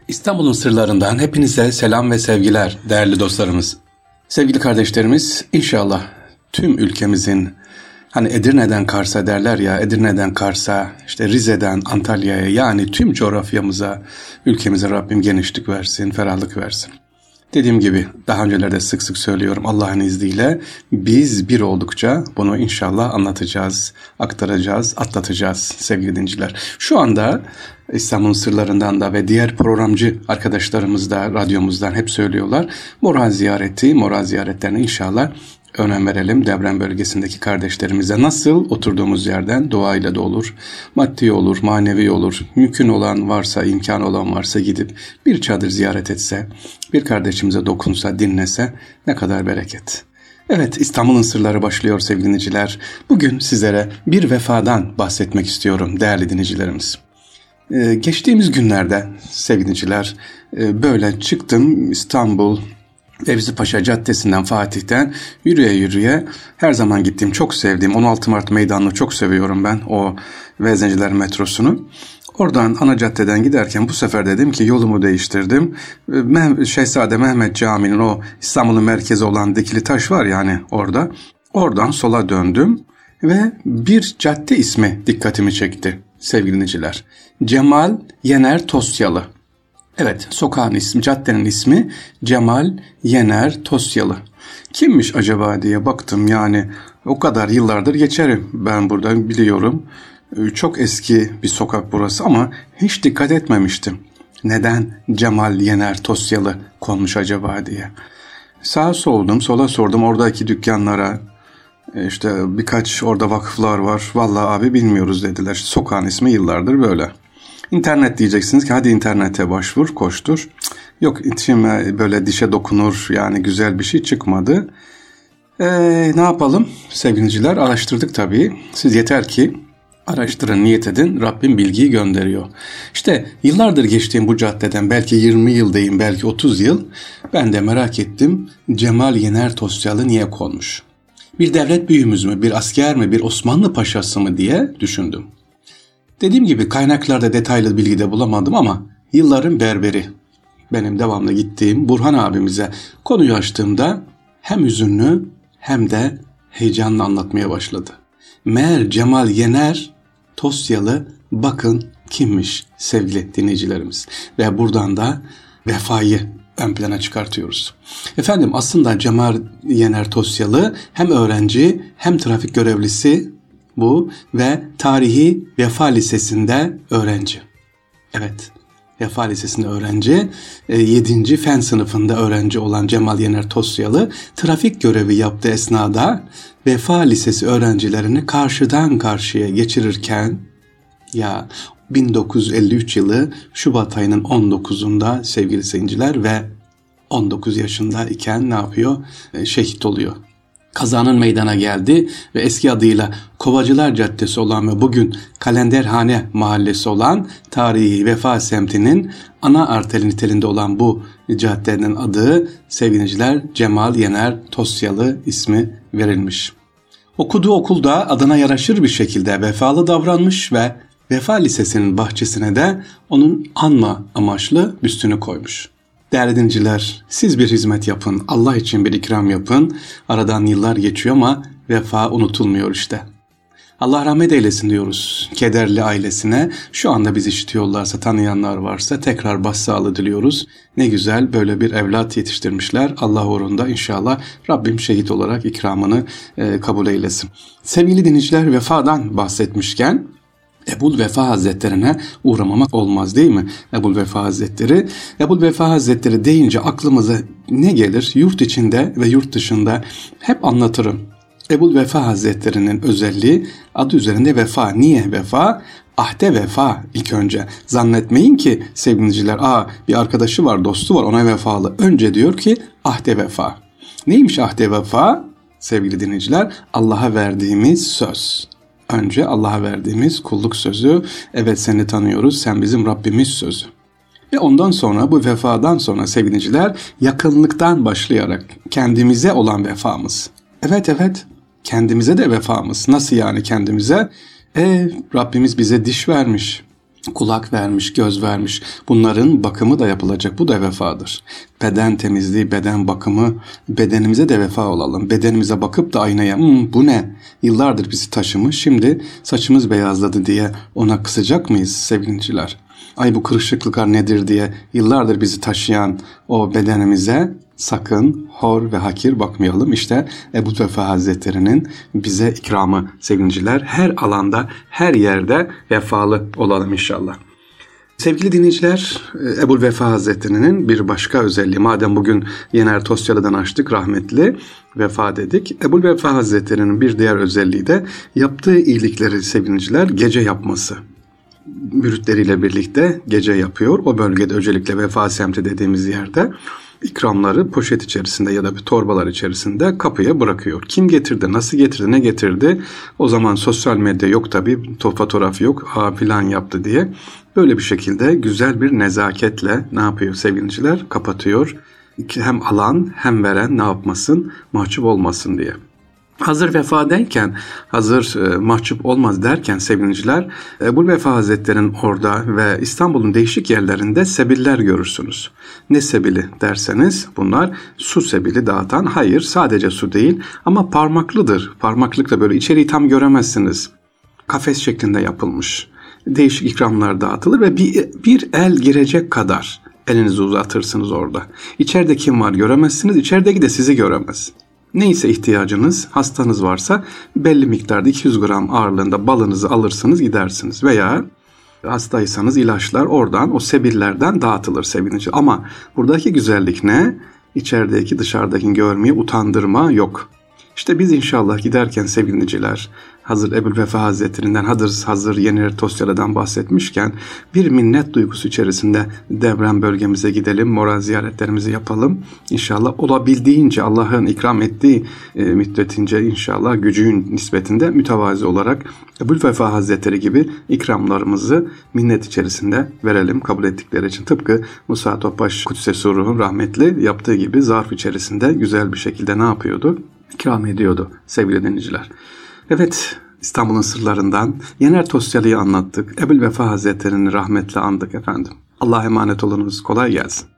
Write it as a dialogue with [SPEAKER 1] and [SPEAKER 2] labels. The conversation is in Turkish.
[SPEAKER 1] İstanbul'un sırlarından hepinize selam ve sevgiler değerli dostlarımız. Sevgili kardeşlerimiz, inşallah tüm ülkemizin, hani Edirne'den Kars'a derler ya, Edirne'den Kars'a, işte Rize'den Antalya'ya, yani tüm coğrafyamıza, ülkemize Rabbim genişlik versin, ferahlık versin. Dediğim gibi daha öncelerde sık sık söylüyorum, Allah'ın izniyle biz bir oldukça bunu inşallah anlatacağız, aktaracağız, atlatacağız sevgili dinciler. Şu anda İstanbul'un sırlarından da ve diğer programcı arkadaşlarımız da radyomuzdan hep söylüyorlar. Moral ziyaretlerine inşallah önem verelim. Deprem bölgesindeki kardeşlerimize nasıl oturduğumuz yerden duayla da olur, maddi olur, manevi olur. Mümkün olan varsa, imkanı olan varsa gidip bir çadır ziyaret etse, bir kardeşimize dokunsa, dinlese ne kadar bereket. Evet, İstanbul'un sırları başlıyor sevgili dinleyiciler. Bugün sizlere bir vefadan bahsetmek istiyorum değerli dinleyicilerimiz. Geçtiğimiz günlerde sevgili dinleyiciler böyle çıktım İstanbul Fevzi Paşa Caddesi'nden, Fatih'ten yürüye yürüye her zaman gittiğim, çok sevdiğim 16 Mart Meydanı'nı çok seviyorum ben, o Vezneciler metrosunu. Oradan ana caddeden giderken bu sefer dedim ki yolumu değiştirdim. Şehzade Mehmet Camii'nin o İstanbul'un merkezi olan dikili taş var yani orada. Oradan sola döndüm ve bir cadde ismi dikkatimi çekti sevgili dinleyiciler. Cemal Yener Tosyalı. Evet, sokağın ismi, caddenin ismi Cemal Yener Tosyalı. Kimmiş acaba diye baktım, yani o kadar yıllardır geçerim ben buradan, biliyorum. Çok eski bir sokak burası ama hiç dikkat etmemiştim. Neden Cemal Yener Tosyalı konmuş acaba diye. Sağa soldum, sola sordum oradaki dükkanlara. İşte birkaç orada vakıflar var. Vallahi abi bilmiyoruz dediler. Sokağın ismi yıllardır böyle. İnternet diyeceksiniz ki hadi internete başvur, koştur. Yok, içime böyle dişe dokunur, yani güzel bir şey çıkmadı. Ne yapalım sevgiliciler, araştırdık tabii. Siz yeter ki araştırın, niyet edin, Rabbim bilgiyi gönderiyor. İşte yıllardır geçtiğim bu caddeden, belki 20 yıl diyeyim, belki 30 yıl, ben de merak ettim, Cemal Yener Tosyalı niye konmuş? Bir devlet büyüğümüz mü, bir asker mi, bir Osmanlı paşası mı diye düşündüm. Dediğim gibi kaynaklarda detaylı bilgi de bulamadım ama yılların berberi, benim devamlı gittiğim Burhan abimize konuyu açtığımda hem hüzünlü hem de heyecanla anlatmaya başladı. Meğer Cemal Yener Tosyalı bakın kimmiş sevgili dinleyicilerimiz, ve buradan da vefayı ön plana çıkartıyoruz. Efendim, aslında Cemal Yener Tosyalı hem öğrenci hem trafik görevlisi bu ve tarihi Vefa Lisesi'nde öğrenci. Evet, Vefa Lisesi'nde öğrenci, 7. fen sınıfında öğrenci olan Cemal Yener Tosyalı trafik görevi yaptığı esnada Vefa Lisesi öğrencilerini karşıdan karşıya geçirirken, ya 1953 yılı Şubat ayının 19'unda sevgili seyirciler, ve 19 yaşında iken ne yapıyor? Şehit oluyor. Kazanın meydana geldi ve eski adıyla Kovacılar Caddesi olan ve bugün Kalenderhane Mahallesi olan tarihi Vefa semtinin ana arteri niteliğinde olan bu caddenin adı sevgiliciler Cemal Yener Tosyalı ismi verilmiş. Okuduğu okulda adına yaraşır bir şekilde vefalı davranmış ve Vefa Lisesi'nin bahçesine de onun anma amaçlı büstünü koymuş. Değerli dinleyiciler, siz bir hizmet yapın, Allah için bir ikram yapın. Aradan yıllar geçiyor ama vefa unutulmuyor işte. Allah rahmet eylesin diyoruz kederli ailesine. Şu anda bizi işitiyorlarsa, tanıyanlar varsa tekrar başsağlığı diliyoruz. Ne güzel böyle bir evlat yetiştirmişler. Allah uğrunda inşallah Rabbim şehit olarak ikramını kabul eylesin. Sevgili dinleyiciler, vefadan bahsetmişken Ebu'l-Vefa Hazretlerine uğramamak olmaz değil mi? Ebu'l-Vefa Hazretleri. Ebu'l-Vefa Hazretleri deyince aklımıza ne gelir? Yurt içinde ve yurt dışında hep anlatırım. Ebu'l-Vefa Hazretleri'nin özelliği, adı üzerinde vefa. Niye vefa? Ahde vefa ilk önce. Zannetmeyin ki sevgiliciler, bir arkadaşı var, dostu var, ona vefalı. Önce diyor ki ahde vefa. Neymiş ahde vefa? Sevgili dinleyiciler, Allah'a verdiğimiz söz. Önce Allah'a verdiğimiz kulluk sözü, evet seni tanıyoruz, sen bizim Rabbimiz sözü. Ve ondan sonra, bu vefadan sonra sevgiliciler, yakınlıktan başlayarak kendimize olan vefamız. Evet, kendimize de vefamız. Nasıl yani kendimize? Rabbimiz bize diş vermiş. kulak vermiş, göz vermiş. Bunların bakımı da yapılacak. Bu da vefadır. Beden temizliği, beden bakımı, bedenimize de vefa olalım. Bedenimize bakıp da aynaya bu ne? Yıllardır bizi taşımış. Şimdi saçımız beyazladı diye ona kısacak mıyız sevgiliciler? Ay bu kırışıklıklar nedir diye yıllardır bizi taşıyan o bedenimize sakın hor ve hakir bakmayalım. İşte Ebu Vefa Hazretleri'nin bize ikramı sevgiliciler. Her alanda, her yerde vefalı olalım inşallah. Sevgili dinleyiciler, Ebu Vefa Hazretleri'nin bir başka özelliği, madem bugün Yener Tosyalı'dan açtık, rahmetli vefat dedik. Ebu Vefa Hazretleri'nin bir diğer özelliği de yaptığı iyilikleri sevgiliciler gece yapması. Müritleriyle birlikte gece yapıyor. O bölgede, özellikle Vefa semti dediğimiz yerde ikramları poşet içerisinde ya da bir torbalar içerisinde kapıya bırakıyor. Kim getirdi, nasıl getirdi, ne getirdi? O zaman sosyal medya yok tabii, fotoğraf yok, plan yaptı diye. Böyle bir şekilde güzel bir nezaketle ne yapıyor sevgiliciler? Kapatıyor. Hem alan hem veren ne yapmasın? Mahcup olmasın diye. Hazır vefadayken, hazır mahcup olmaz derken sevgiliciler, Ebu Vefa Hazretleri'nin orada ve İstanbul'un değişik yerlerinde sebiller görürsünüz. Ne sebili derseniz bunlar su sebili dağıtan, hayır sadece su değil ama parmaklıdır. Parmaklıkla böyle içeriği tam göremezsiniz. Kafes şeklinde yapılmış. Değişik ikramlar dağıtılır ve bir el girecek kadar elinizi uzatırsınız orada. İçeride kim var göremezsiniz, içerideki de sizi göremez. Neyse ihtiyacınız, hastanız varsa belli miktarda 200 gram ağırlığında balınızı alırsınız gidersiniz. Veya hastaysanız ilaçlar oradan, o sebillerden dağıtılır sevgili. Ama buradaki güzellik ne? İçerideki dışarıdaki görmeye utandırma yok. İşte biz inşallah giderken sevgiliciler, hazır Ebu Vefa Hazretlerinden, hazır Yener Tosyalı'dan bahsetmişken bir minnet duygusu içerisinde Devrem bölgemize gidelim, moral ziyaretlerimizi yapalım. İnşallah olabildiğince Allah'ın ikram ettiği müddetince inşallah gücün nispetinde mütevazi olarak Ebu Vefa Hazretleri gibi ikramlarımızı minnet içerisinde verelim kabul ettikleri için. Tıpkı Musa Topbaş Kudsesi Ruh'un rahmetli yaptığı gibi zarf içerisinde güzel bir şekilde ne yapıyordu? İkram ediyordu sevgili dinleyiciler. Evet, İstanbul'un sırlarından Yener Tosyalı'yı anlattık. Ebu Vefa Hazretleri'ni rahmetle andık efendim. Allah'a emanet olunuz. Kolay gelsin.